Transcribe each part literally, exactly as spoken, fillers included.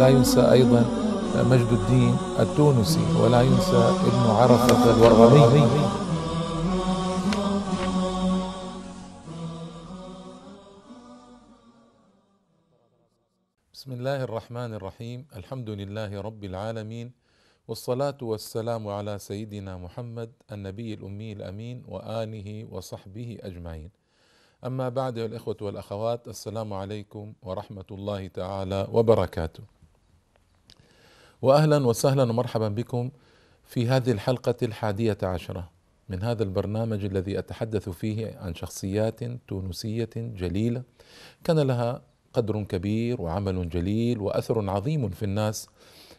ولا ينسى أيضا مجد الدين التونسي، ولا ينسى ابن عرفة الورغمي. بسم الله الرحمن الرحيم. الحمد لله رب العالمين، والصلاة والسلام على سيدنا محمد النبي الأمي الأمين وآله وصحبه أجمعين. أما بعد، الإخوة والأخوات، السلام عليكم ورحمة الله تعالى وبركاته، وأهلا وسهلا ومرحبا بكم في هذه الحلقة الحادية عشرة من هذا البرنامج الذي أتحدث فيه عن شخصيات تونسية جليلة كان لها قدر كبير وعمل جليل وأثر عظيم في الناس،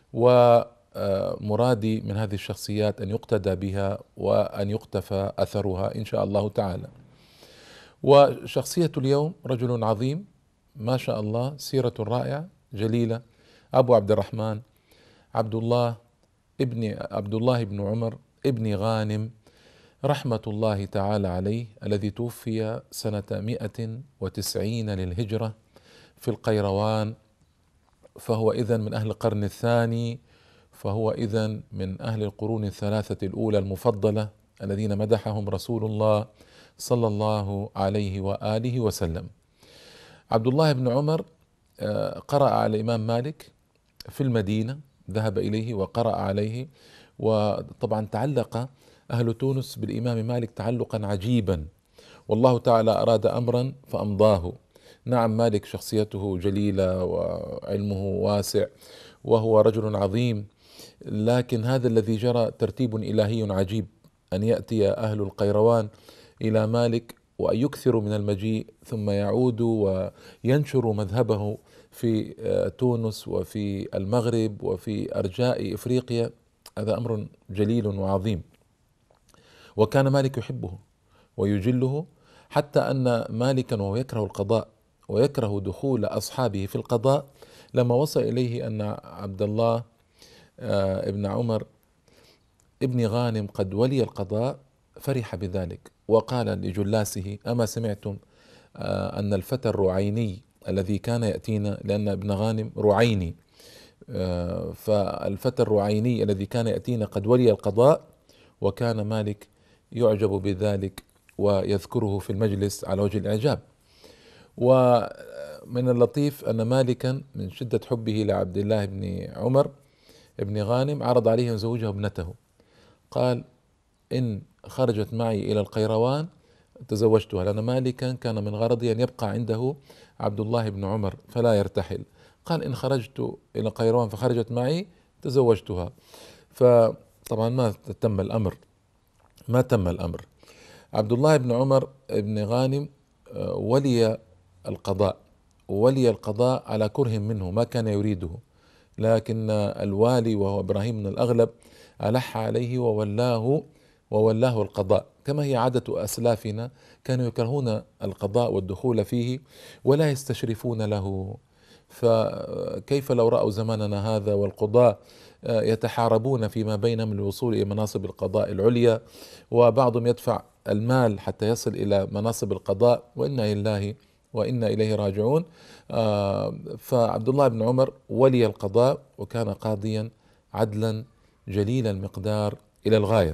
ومرادي من هذه الشخصيات أن يقتدى بها وأن يقتفى أثرها إن شاء الله تعالى. وشخصية اليوم رجل عظيم ما شاء الله، سيرة رائعة جليلة، أبو عبد الرحمن عبد الله ابن عبد الله بن عمر ابن غانم رحمة الله تعالى عليه، الذي توفي سنة مئة وتسعين للهجرة في القيروان، فهو إذن من أهل القرن الثاني، فهو إذن من أهل القرون الثلاثة الأولى المفضلة الذين مدحهم رسول الله صلى الله عليه وآله وسلم. عبد الله بن عمر قرأ على الإمام مالك في المدينة، ذهب إليه وقرأ عليه، وطبعا تعلق أهل تونس بالإمام مالك تعلقا عجيبا، والله تعالى أراد أمرا فأمضاه. نعم، مالك شخصيته جليلة وعلمه واسع وهو رجل عظيم، لكن هذا الذي جرى ترتيب إلهي عجيب، أن يأتي أهل القيروان إلى مالك وأن يكثروا من المجيء ثم يعودوا وينشروا مذهبه في تونس وفي المغرب وفي أرجاء إفريقيا. هذا أمر جليل وعظيم، وكان مالك يحبه ويجله، حتى أن مالكا وهو يكره القضاء ويكره دخول أصحابه في القضاء، لما وصل إليه أن عبد الله ابن عمر ابن غانم قد ولي القضاء فرح بذلك، وقال لجلاسه: أما سمعتم أن الفتى الرعيني الذي كان يأتينا، لأن ابن غانم رعيني، فالفتى الرعيني الذي كان يأتينا قد ولي القضاء. وكان مالك يعجب بذلك ويذكره في المجلس على وجه الإعجاب. ومن اللطيف أن مالكا من شدة حبه لعبد الله بن عمر ابن غانم عرض عليه أن يزوجه ابنته، قال: إن خرجت معي إلى القيروان تزوجتها، لأن مالكا كان من غرضه أن يبقى عنده عبد الله بن عمر فلا يرتحل. قال: إن خرجت إلى القيروان فخرجت معي تزوجتها. فطبعا ما تم الأمر ما تم الأمر عبد الله بن عمر بن غانم ولي القضاء، ولي القضاء على كره منه، ما كان يريده، لكن الوالي وهو إبراهيم بن الأغلب ألح عليه وولاه وولاه القضاء، كما هي عادة أسلافنا، كانوا يكرهون القضاء والدخول فيه ولا يستشرفون له. فكيف لو رأوا زماننا هذا والقضاة يتحاربون فيما بينهم للوصول إلى مناصب القضاء العليا، وبعضهم يدفع المال حتى يصل إلى مناصب القضاء، وإنا لله وإنا إليه راجعون. فعبد الله بن عمر ولي القضاء، وكان قاضيا عدلا جليل المقدار إلى الغاية.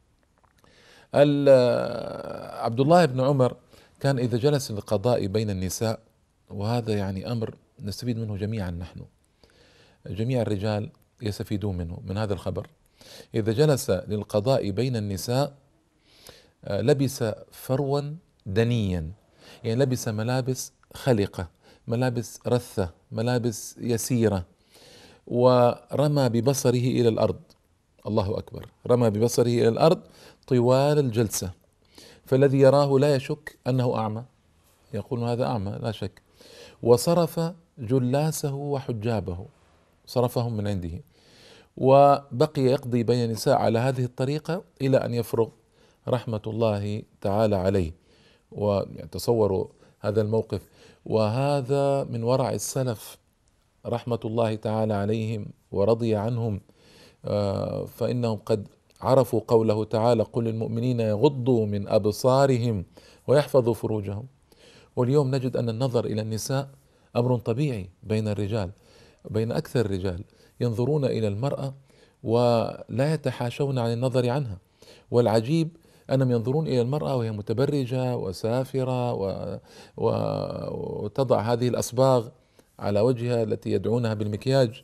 عبد الله بن عمر كان إذا جلس للقضاء بين النساء، وهذا يعني أمر نستفيد منه جميعا، نحن جميع الرجال يستفيدون منه، من هذا الخبر. إذا جلس للقضاء بين النساء لبس فروا دنيا، يعني لبس ملابس خلقة، ملابس رثة، ملابس يسيرة، ورمى ببصره إلى الأرض. الله أكبر، رمى ببصره إلى الأرض طوال الجلسة، فالذي يراه لا يشك أنه أعمى، يقول هذا أعمى لا شك. وصرف جلاسه وحجابه، صرفهم من عنده، وبقي يقضي بين النساء على هذه الطريقة إلى أن يفرغ رحمة الله تعالى عليه. وتصوروا هذا الموقف، وهذا من ورع السلف رحمة الله تعالى عليهم ورضي عنهم، فإنهم قد عرفوا قوله تعالى: قل للمؤمنين يغضوا من أبصارهم ويحفظوا فروجهم. واليوم نجد أن النظر إلى النساء أمر طبيعي بين الرجال، بين أكثر الرجال ينظرون إلى المرأة ولا يتحاشون عن النظر عنها. والعجيب أنهم ينظرون إلى المرأة وهي متبرجة وسافرة و... و... وتضع هذه الأصباغ على وجهها التي يدعونها بالمكياج،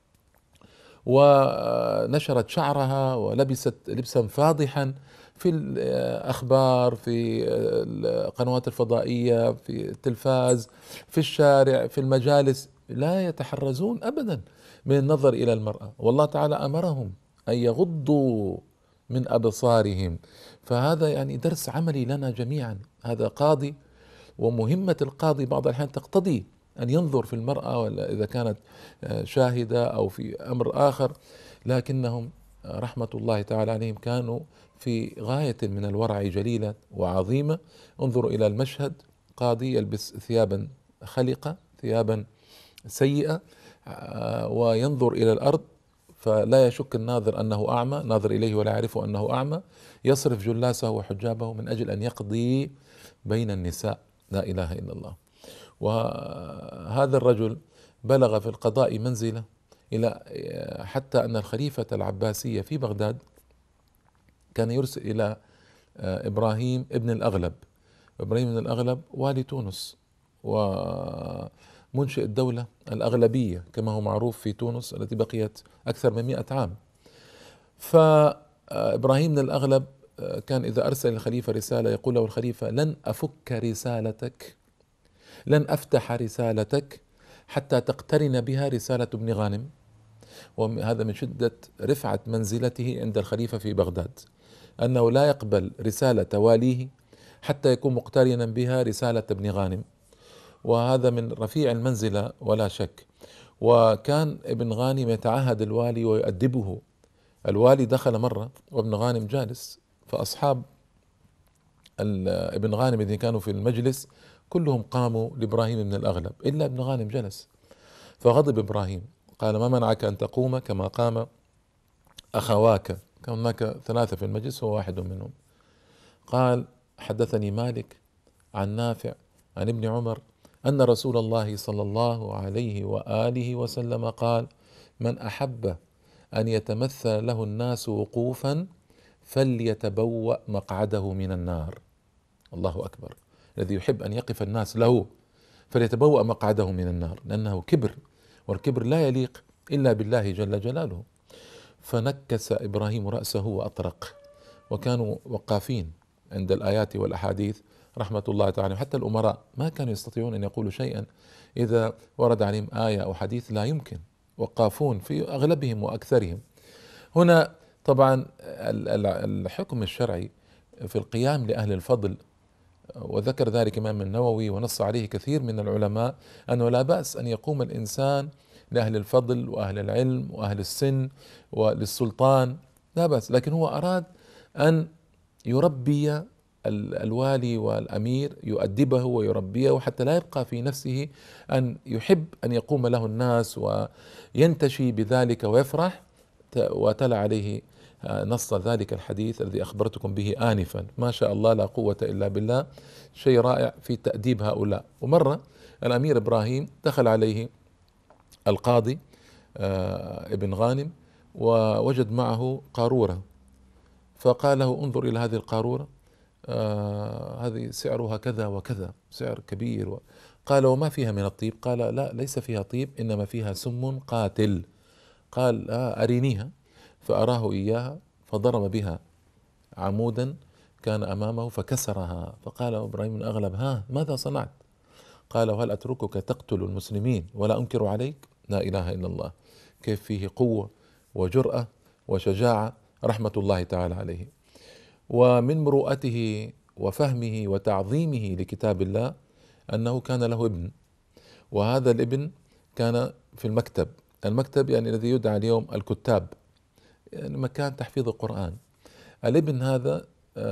ونشرت شعرها ولبست لبسا فاضحا في الأخبار، في القنوات الفضائية، في التلفاز، في الشارع، في المجالس، لا يتحرزون أبدا من النظر إلى المرأة. والله تعالى أمرهم أن يغضوا من أبصارهم. فهذا يعني درس عملي لنا جميعا. هذا قاضي، ومهمة القاضي بعض الأحيان تقتضي أن ينظر في المرأة، ولا إذا كانت شاهدة أو في أمر آخر، لكنهم رحمة الله تعالى عليهم كانوا في غاية من الورع جليلة وعظيمة. انظروا إلى المشهد: قاضي يلبس ثيابا خلقة، ثيابا سيئة، وينظر إلى الأرض، فلا يشك الناظر أنه أعمى، ناظر إليه ولا يعرف أنه أعمى، يصرف جلاسه وحجابه من أجل أن يقضي بين النساء. لا إله إلا الله. وهذا الرجل بلغ في القضاء منزلة إلى حتى أن الخليفة العباسية في بغداد كان يرسل إلى إبراهيم ابن الأغلب. إبراهيم ابن الأغلب والي تونس ومنشئ الدولة الأغلبية كما هو معروف في تونس التي بقيت أكثر من مئة عام. فإبراهيم بن الأغلب كان إذا أرسل الخليفة رسالة يقول له الخليفة: لن أفك رسالتك، لن أفتح رسالتك حتى تقترن بها رسالة ابن غانم. وهذا من شدة رفعة منزلته عند الخليفة في بغداد، أنه لا يقبل رسالة واليه حتى يكون مقترنا بها رسالة ابن غانم، وهذا من رفيع المنزلة ولا شك. وكان ابن غانم يتعهد الوالي ويؤدبه. الوالي دخل مرة وابن غانم جالس، فأصحاب ابن غانم الذين كانوا في المجلس كلهم قاموا لإبراهيم بن الأغلب إلا ابن غانم جلس. فغضب إبراهيم قال: ما منعك أن تقوم كما قام أخواك؟ كان هناك ثلاثة في المجلس هو واحد منهم. قال: حدثني مالك عن نافع عن ابن عمر أن رسول الله صلى الله عليه وآله وسلم قال: من أحب أن يتمثل له الناس وقوفا فليتبوأ مقعده من النار. الله أكبر. الذي يحب أن يقف الناس له فليتبوأ مقعده من النار، لأنه كبر، والكبر لا يليق إلا بالله جل جلاله. فنكس إبراهيم رأسه وأطرق، وكانوا وقافين عند الآيات والأحاديث رحمة الله تعالى. حتى الأمراء ما كانوا يستطيعون أن يقولوا شيئا إذا ورد عليهم آية أو حديث، لا يمكن، وقافون في أغلبهم وأكثرهم. هنا طبعا الحكم الشرعي في القيام لأهل الفضل، وذكر ذلك الإمام النووي ونص عليه كثير من العلماء، أنه لا بأس أن يقوم الإنسان لأهل الفضل وأهل العلم وأهل السن وللسلطان، لا بأس، لكن هو أراد أن يربي الوالي والأمير، يؤدبه ويربيه حتى لا يبقى في نفسه أن يحب أن يقوم له الناس وينتشي بذلك ويفرح. وتلا عليه نص ذلك الحديث الذي أخبرتكم به آنفا. ما شاء الله لا قوة إلا بالله، شيء رائع في تأديب هؤلاء. ومرة الأمير إبراهيم دخل عليه القاضي ابن غانم ووجد معه قارورة، فقال له: انظر إلى هذه القارورة، آه هذه سعرها كذا وكذا، سعر كبير. قال: وما فيها من الطيب؟ قال: لا، ليس فيها طيب، إنما فيها سم قاتل. قال: آه أرينيها. فأراه إياها، فضرب بها عمودا كان أمامه فكسرها. فقال إبراهيم بن أغلب: ها ماذا صنعت؟ قال: وهل أتركك تقتل المسلمين ولا أنكر عليك؟ لا إله إلا الله. كيف فيه قوة وجرأة وشجاعة رحمة الله تعالى عليه. ومن مروءته وفهمه وتعظيمه لكتاب الله أنه كان له ابن، وهذا الابن كان في المكتب. المكتب يعني الذي يدعى اليوم الكتاب، يعني مكان تحفيظ القرآن. الابن هذا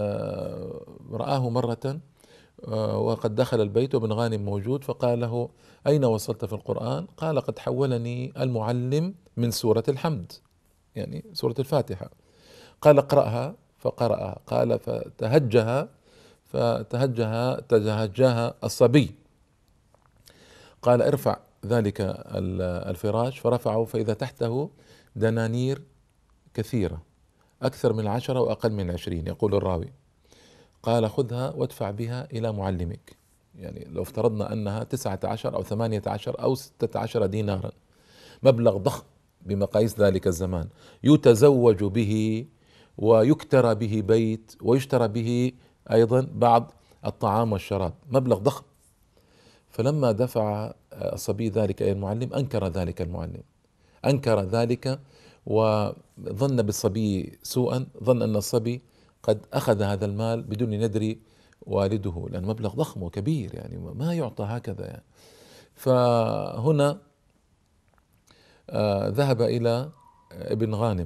رآه مرة وقد دخل البيت وابن غانم موجود، فقال له: أين وصلت في القرآن؟ قال: قد حولني المعلم من سورة الحمد، يعني سورة الفاتحة. قال: اقرأها. فقرأها. قال: فتهجها فتهجها تهجاها الصبي. قال: ارفع ذلك الفراش فرفعه فإذا تحته دنانير كثيرة أكثر من عشرة وأقل من عشرين. يقول الراوي قال خذها وادفع بها إلى معلمك، يعني لو افترضنا أنها تسعة عشر أو ثمانية عشر أو ستة عشر دينارا، مبلغ ضخم بمقاييس ذلك الزمان، يتزوج به ويكترى به بيت ويشترى به أيضا بعض الطعام والشراب، مبلغ ضخم. فلما دفع الصبي ذلك إلى المعلم أنكر ذلك المعلم، أنكر ذلك وظن بالصبي سوءا، ظن أن الصبي قد أخذ هذا المال بدون أن يدري والده، لأن مبلغ ضخم وكبير يعني ما يعطى هكذا يعني. فهنا آه ذهب إلى ابن غانم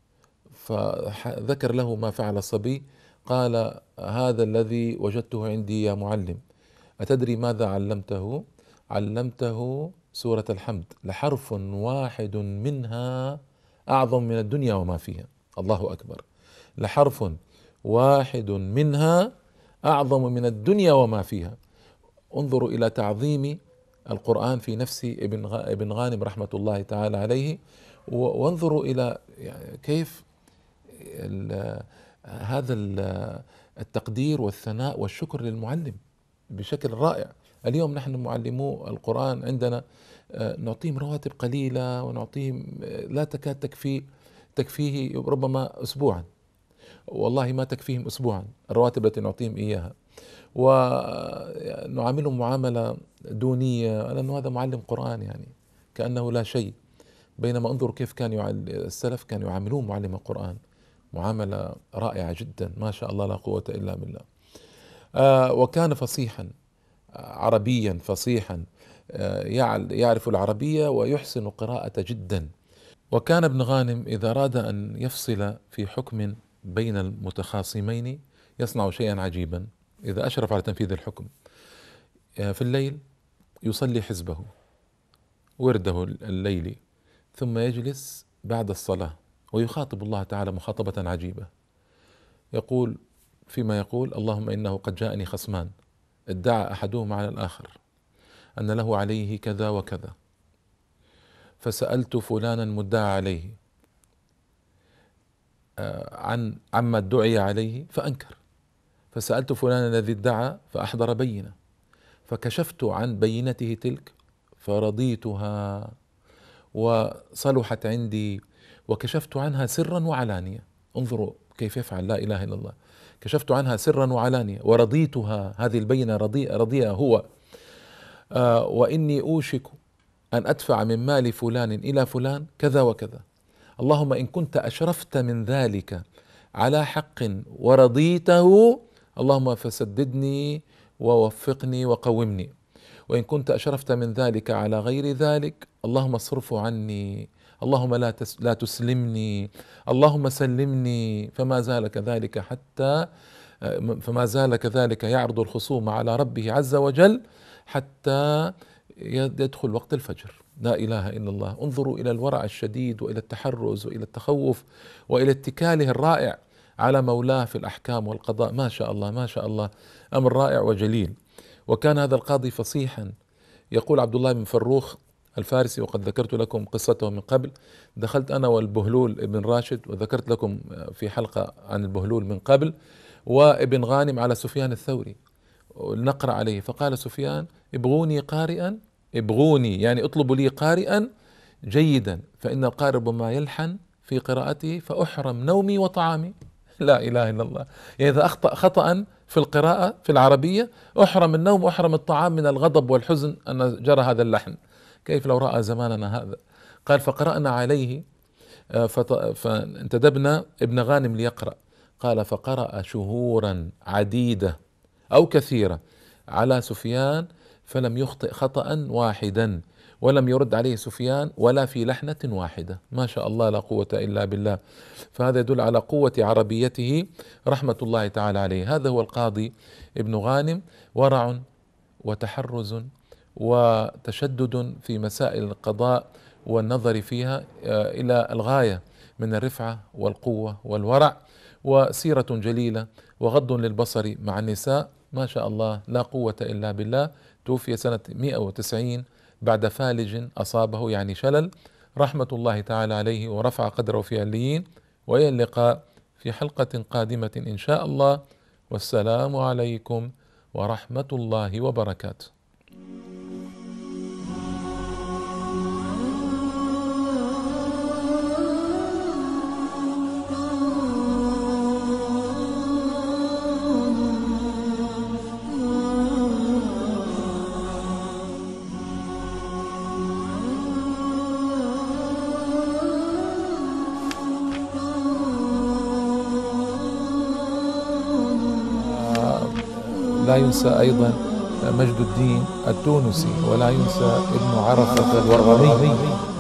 فذكر له ما فعل الصبي، قال هذا الذي وجدته عندي يا معلم، أتدري ماذا علمته؟ علمته سورة الحمد، لحرف واحد منها أعظم من الدنيا وما فيها. الله أكبر، لحرف واحد منها أعظم من الدنيا وما فيها. انظروا إلى تعظيم القرآن في نفس ابن ابن غانم رحمة الله تعالى عليه، وانظروا إلى يعني كيف هذا التقدير والثناء والشكر للمعلم بشكل رائع. اليوم نحن معلمو القرآن عندنا نعطيهم رواتب قليلة ونعطيهم لا تكاد تكفي تكفيه ربما أسبوعا، والله ما تكفيهم أسبوعا الرواتب التي نعطيهم إياها، ونعاملهم معاملة دونية لأنه هذا معلم قرآن يعني كأنه لا شيء. بينما انظروا كيف كان السلف كانوا يعاملون معلم القرآن معاملة رائعة جدا، ما شاء الله لا قوة إلا بالله. آه وكان فصيحا عربيا فصيحا، آه يعرف العربية ويحسن قراءة جدا. وكان ابن غانم إذا أراد أن يفصل في حكم بين المتخاصمين يصنع شيئا عجيبا. إذا أشرف على تنفيذ الحكم آه في الليل يصلي حزبه ورده الليلي، ثم يجلس بعد الصلاة ويخاطب الله تعالى مخاطبة عجيبة، يقول فيما يقول اللهم إنه قد جاءني خصمان ادعى أحدهما على الآخر أن له عليه كذا وكذا، فسألت فلانا مدعى عليه عن عما ادعي عليه فأنكر، فسألت فلانا الذي ادعى فأحضر بينة، فكشفت عن بينته تلك فرضيتها وصلحت عندي وكشفت عنها سرا وعلانية. انظروا كيف يفعل، لا إله إلا الله، كشفت عنها سرا وعلانية ورضيتها، هذه البينة رضي رضيها هو. آه وإني أوشك أن أدفع من مال فلان إلى فلان كذا وكذا، اللهم إن كنت أشرفت من ذلك على حق ورضيته اللهم فسددني ووفقني وقومني، وإن كنت أشرفت من ذلك على غير ذلك اللهم اصرفه عني، اللهم لا لا تسلمني، اللهم سلمني. فما زال كذلك حتى فما زال كذلك يعرض الخصوم على ربه عز وجل حتى يدخل وقت الفجر. لا إله إلا الله. انظروا إلى الورع الشديد وإلى التحرز وإلى التخوف وإلى اتكاله الرائع على مولاه في الأحكام والقضاء. ما شاء الله ما شاء الله، أمر رائع وجليل. وكان هذا القاضي فصيحا. يقول عبد الله بن فروخ الفارسي، وقد ذكرت لكم قصته من قبل، دخلت أنا والبهلول ابن راشد، وذكرت لكم في حلقة عن البهلول من قبل، وابن غانم على سفيان الثوري نقرأ عليه، فقال سفيان ابغوني قارئا، ابغوني يعني اطلبوا لي قارئا جيدا، فإن القارئ ربما يلحن في قراءته فأحرم نومي وطعامي. لا إله إلا الله. يعني إذا أخطأ خطأ في القراءة في العربية أحرم النوم وأحرم الطعام من الغضب والحزن أن جرى هذا اللحن. كيف لو رأى زماننا هذا؟ قال فقرأنا عليه فانتدبنا ابن غانم ليقرأ، قال فقرأ شهورا عديدة أو كثيرة على سفيان فلم يخطئ خطأ واحدا، ولم يرد عليه سفيان ولا في لحنة واحدة. ما شاء الله لا قوة إلا بالله. فهذا يدل على قوة عربيته رحمة الله تعالى عليه. هذا هو القاضي ابن غانم، ورع وتحرز وتشدد في مسائل القضاء والنظر فيها إلى الغاية من الرفعة والقوة والورع، وسيرة جليلة وغض للبصر مع النساء. ما شاء الله لا قوة إلا بالله. توفي سنة مئة وتسعين بعد فالج أصابه يعني شلل، رحمة الله تعالى عليه ورفع قدره في عليين. وإلى اللقاء في حلقة قادمة إن شاء الله، والسلام عليكم ورحمة الله وبركاته. لا ينسى أيضا مجد الدين التونسي، ولا ينسى ابن عرفة الورغمي.